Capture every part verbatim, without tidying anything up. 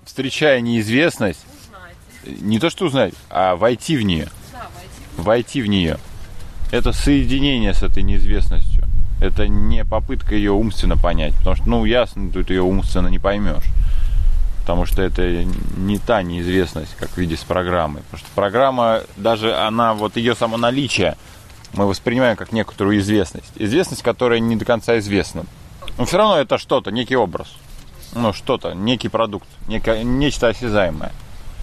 встречая неизвестность, узнать. Не то что узнать, а войти в нее. Да, войти. войти в нее. Это соединение с этой неизвестностью. Это не попытка ее умственно понять. Потому что, ну, ясно, тут ее умственно не поймешь. Потому что это не та неизвестность, как в виде с программой. Потому что программа, даже она, вот ее само наличие, мы воспринимаем как некоторую известность. Известность, которая не до конца известна. Но все равно это что-то, некий образ. Ну, что-то, некий продукт, некое, нечто осязаемое.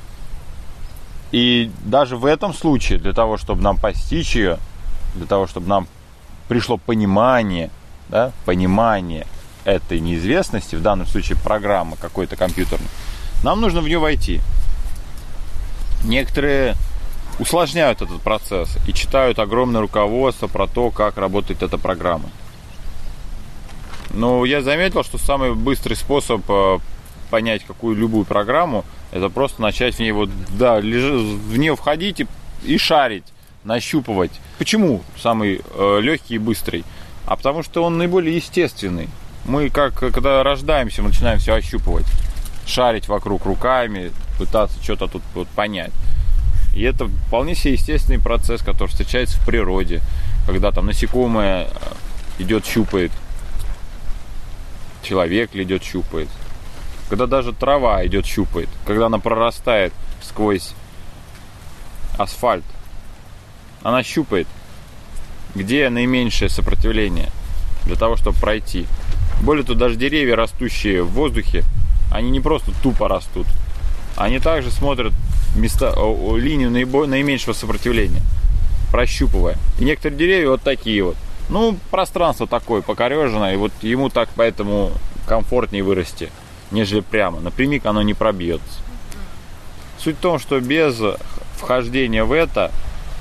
И даже в этом случае, для того, чтобы нам постичь ее, для того, чтобы нам пришло понимание, да, понимание этой неизвестности, в данном случае программы какой-то компьютерной, нам нужно в нее войти. Некоторые усложняют этот процесс и читают огромное руководство про то, как работает эта программа. Но я заметил, что самый быстрый способ понять какую-либую программу, это просто начать в ней вот, да, лежи, в нее входить и, и шарить, нащупывать. Почему самый э, легкий и быстрый? А потому что он наиболее естественный. Мы, как когда рождаемся, мы начинаем все ощупывать, шарить вокруг руками, пытаться что-то тут вот понять. И это вполне себе естественный процесс, который встречается в природе, когда там насекомое идет, щупает, человек идет, щупает, когда даже трава идет, щупает, когда она прорастает сквозь асфальт, она щупает, где наименьшее сопротивление для того, чтобы пройти. Более того, даже деревья, растущие в воздухе, они не просто тупо растут, они также смотрят места, линию наименьшего сопротивления, прощупывая. И некоторые деревья вот такие вот. Ну, пространство такое покореженное, и вот ему так поэтому комфортнее вырасти, нежели прямо. Напрямик оно не пробьется. Суть в том, что без вхождения в это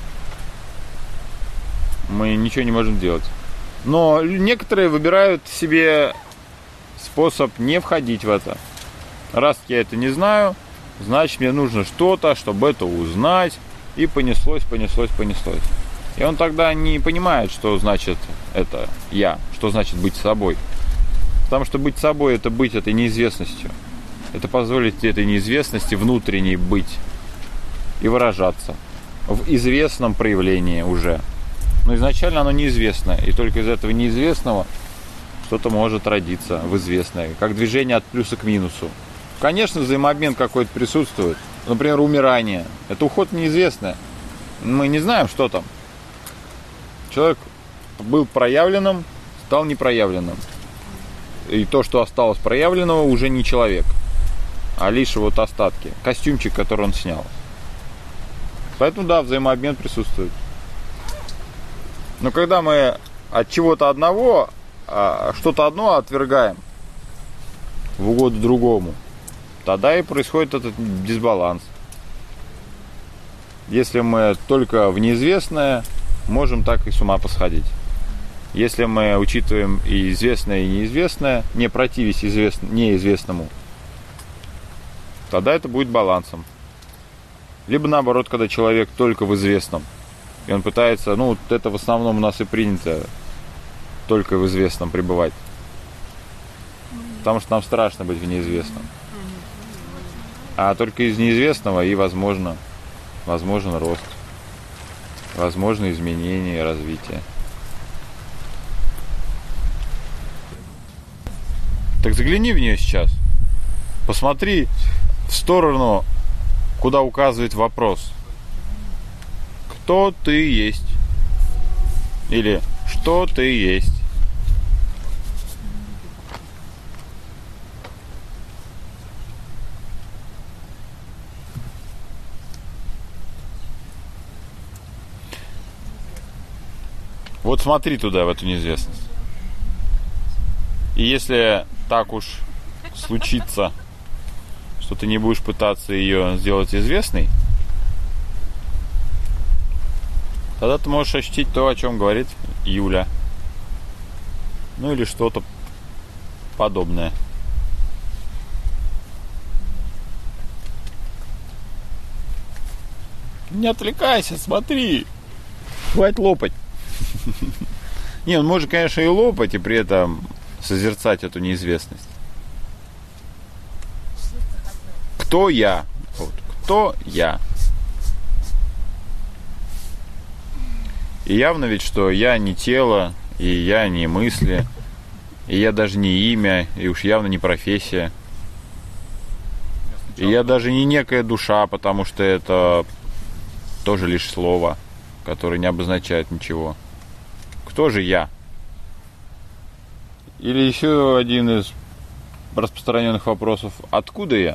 мы ничего не можем делать. Но некоторые выбирают себе способ не входить в это. Раз я это не знаю, значит мне нужно что-то, чтобы это узнать. И понеслось, понеслось, понеслось. И он тогда не понимает, что значит это я, что значит быть собой. Потому что быть собой — это быть этой неизвестностью. Это позволить этой неизвестности внутренней быть и выражаться в известном проявлении уже. Но изначально оно неизвестно, и только из этого неизвестного что-то может родиться в известное, как движение от плюса к минусу. Конечно, взаимообмен какой-то присутствует. Например, умирание. Это уход в неизвестное. Мы не знаем, что там. Человек был проявленным, стал непроявленным. И то, что осталось проявленного, уже не человек, а лишь вот остатки. Костюмчик, который он снял. Поэтому, да, взаимообмен присутствует. Но когда мы от чего-то одного, что-то одно отвергаем в угоду другому, тогда и происходит этот дисбаланс. Если мы только в неизвестное, можем так и с ума посходить. Если мы учитываем и известное, и неизвестное, не противясь извест... неизвестному, тогда это будет балансом. Либо наоборот, когда человек только в известном, и он пытается, ну, вот это в основном у нас и принято, только в известном пребывать. Потому что нам страшно быть в неизвестном. А только из неизвестного и возможно, возможен рост, возможно изменение и развитие. Так загляни в нее сейчас. Посмотри в сторону, куда указывает вопрос. Кто ты есть? Или что ты есть? Вот смотри туда, в эту неизвестность. И если так уж случится, что ты не будешь пытаться ее сделать известной, тогда ты можешь ощутить то, о чем говорит Юля. Ну или что-то подобное. Не отвлекайся, смотри. Хватит лопать. Не, он может, конечно, и лопать, и при этом созерцать эту неизвестность. Кто я? Вот. Кто я? И явно ведь, что я не тело, и я не мысли, и я даже не имя, и уж явно не профессия. И я даже не некая душа, потому что это тоже лишь слово, которое не обозначает ничего. Кто же я? Или еще один из распространенных вопросов. Откуда я?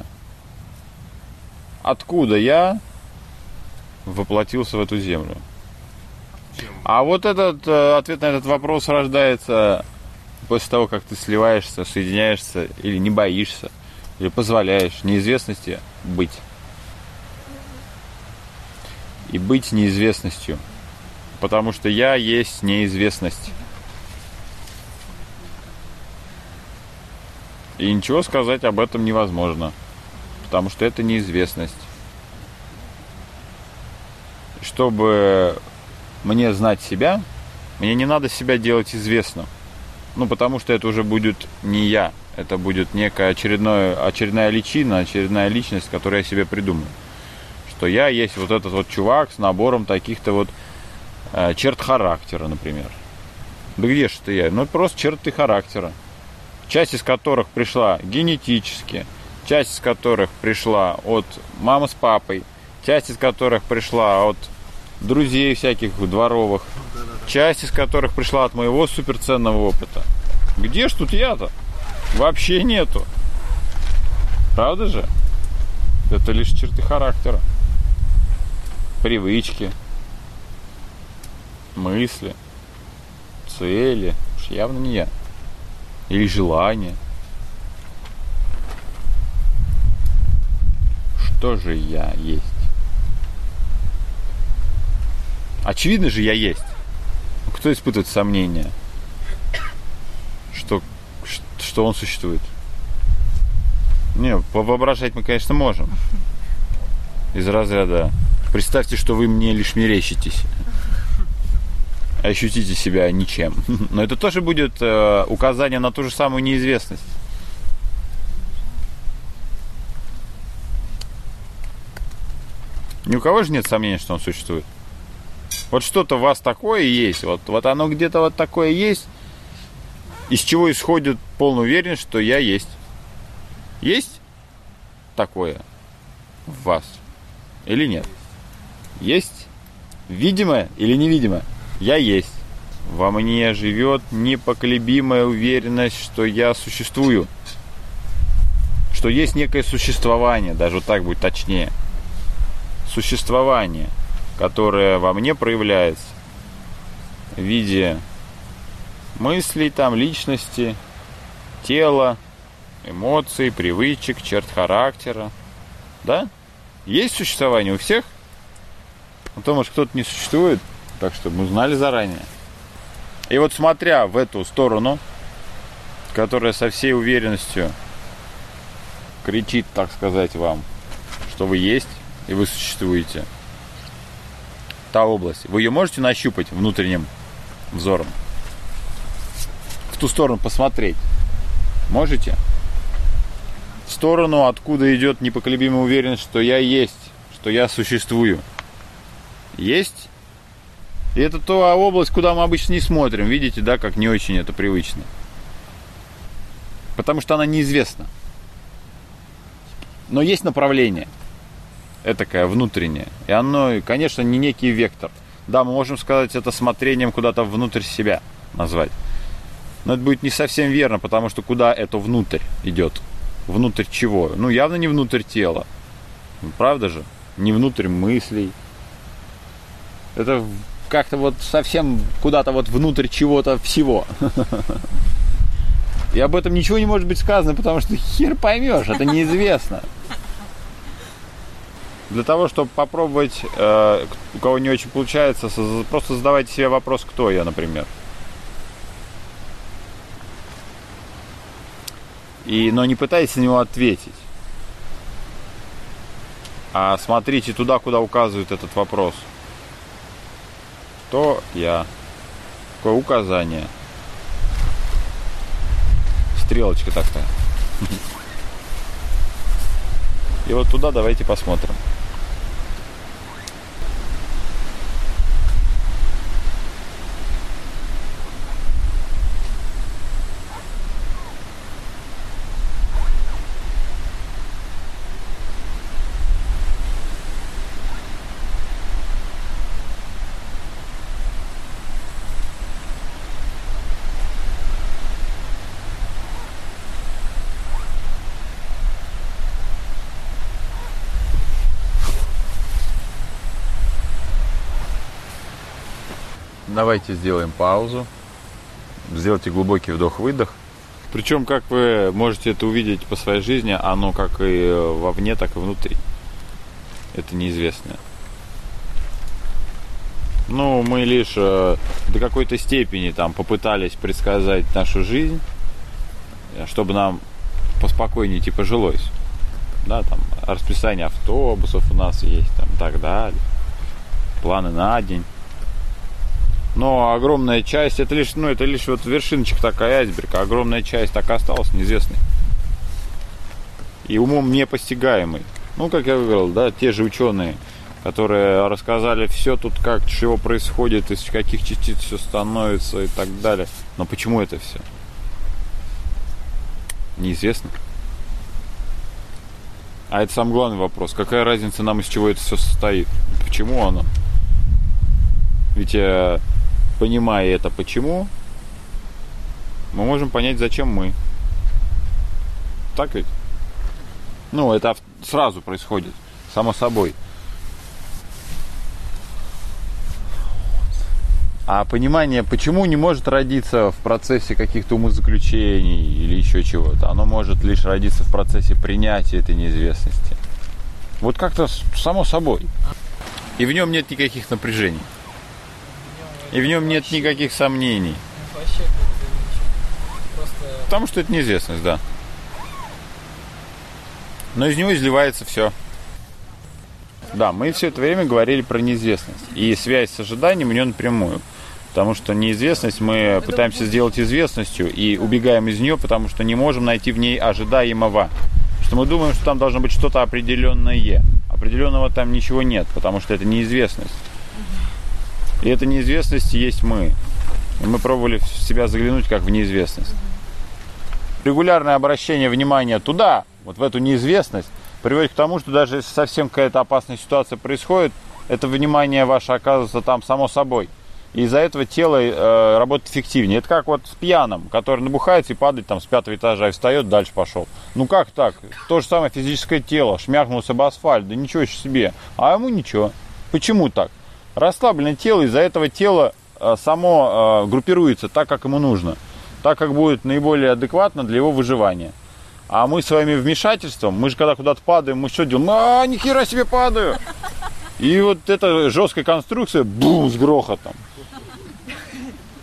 Откуда я воплотился в эту землю? А вот этот ответ на этот вопрос рождается после того, как ты сливаешься, соединяешься или не боишься, или позволяешь неизвестности быть. И быть неизвестностью. Потому что я есть неизвестность. И ничего сказать об этом невозможно. Потому что это неизвестность. Чтобы мне знать себя, мне не надо себя делать известным. Ну, потому что это уже будет не я. Это будет некая очередная, очередная личина, очередная личность, которую я себе придумаю. Что я есть вот этот вот чувак с набором таких-то вот э, черт характера, например. Да где же ты я? Ну, просто черты характера. Часть из которых пришла генетически, часть из которых пришла от мамы с папой, часть из которых пришла от друзей всяких дворовых, часть из которых пришла от моего суперценного опыта. Где ж тут я-то? Вообще нету. Правда же? Это лишь черты характера, привычки, мысли, цели. Уж явно не я. Или желание. Что же я есть? Очевидно же, я есть. Кто испытывает сомнения, что, что он существует? Не, повоображать мы, конечно, можем. Из разряда: представьте, что вы мне лишь мерещитесь. Ощутите себя ничем. Но это тоже будет э, указание на ту же самую неизвестность. Ни у кого же нет сомнений, что он существует. Вот что-то у вас такое есть, вот, вот оно где-то вот такое есть, из чего исходит полная уверенность, что я есть. Есть такое в вас или нет? Есть видимое или невидимое? Я есть. Во мне живет непоколебимая уверенность, что я существую. Что есть некое существование, даже вот так будет точнее. Существование, которое во мне проявляется в виде мыслей, там, личности, тела, эмоций, привычек, черт характера. Да? Есть существование у всех? А то, может, кто-то не существует. Так что мы знали заранее. И вот смотря в эту сторону, которая со всей уверенностью кричит, так сказать, вам, что вы есть и вы существуете, та область, вы ее можете нащупать внутренним взором? В ту сторону посмотреть можете? В сторону, откуда идет непоколебимая уверенность, что я есть, что я существую. Есть? И это та область, куда мы обычно не смотрим. Видите, да, как не очень это привычно. Потому что она неизвестна. Но есть направление. Этакое внутреннее. И оно, конечно, не некий вектор. Да, мы можем сказать это смотрением куда-то внутрь себя назвать. Но это будет не совсем верно, потому что куда это внутрь идет? Внутрь чего? Ну, явно не внутрь тела. Правда же? Не внутрь мыслей. Это как-то вот совсем куда-то вот внутрь чего-то всего. И об этом ничего не может быть сказано, потому что хер поймешь, это неизвестно. Для того, чтобы попробовать, э, у кого не очень получается, просто задавайте себе вопрос, кто я, например. И, но не пытайтесь на него ответить. А смотрите туда, куда указывает этот вопрос. Кто я? Какое указание? Стрелочка такая. И вот туда давайте посмотрим. Давайте сделаем паузу. Сделайте глубокий вдох-выдох. Причем, как вы можете это увидеть по своей жизни, оно как и вовне, так и внутри. Это неизвестное. Ну, мы лишь э, до какой-то степени там попытались предсказать нашу жизнь, чтобы нам поспокойнее типа жилось. Да, там расписание автобусов у нас есть, там и так далее. Планы на день. Но огромная часть, это лишь, ну, это лишь вот вершиночка такая айсберга, огромная часть так и осталась неизвестной. И умом непостигаемой. Ну, как я говорил, да, те же ученые, которые рассказали все тут, как, чего происходит, из каких частиц все становится и так далее. Но почему это все? Неизвестно. А это самый главный вопрос. Какая разница нам, из чего это все состоит? Почему оно? Ведь... Понимая это почему, мы можем понять, зачем мы. Так ведь? Ну, это сразу происходит, само собой. А понимание, почему, не может родиться в процессе каких-то умозаключений или еще чего-то. Оно может лишь родиться в процессе принятия этой неизвестности. Вот как-то само собой. И в нем нет никаких напряжений. И в нем нет никаких сомнений. Вообще просто... Потому что это неизвестность, да. Но из него изливается все. Да, мы все это время говорили про неизвестность. И связь с ожиданием у нее напрямую. Потому что неизвестность мы пытаемся сделать известностью и убегаем из нее, потому что не можем найти в ней ожидаемого. Что мы думаем, что там должно быть что-то определенное. Определенного там ничего нет, потому что это неизвестность. И эта неизвестность есть мы. И мы пробовали в себя заглянуть как в неизвестность. Регулярное обращение внимания туда, вот в эту неизвестность, приводит к тому, что даже если совсем какая-то опасная ситуация происходит, это внимание ваше оказывается там само собой. И из-за этого тело э, работает эффективнее. Это как вот с пьяным, который набухается и падает там с пятого этажа и встает, дальше пошел. Ну как так? То же самое физическое тело, шмякнулся об асфальт, да ничего себе. А ему ничего. Почему так? Расслабленное тело, из-за этого тело э, само э, группируется так, как ему нужно. Так, как будет наиболее адекватно для его выживания. А мы своими вмешательством, мы же когда куда-то падаем, мы что делаем? А, ни хера себе падаю! И вот эта жесткая конструкция, бум, с грохотом.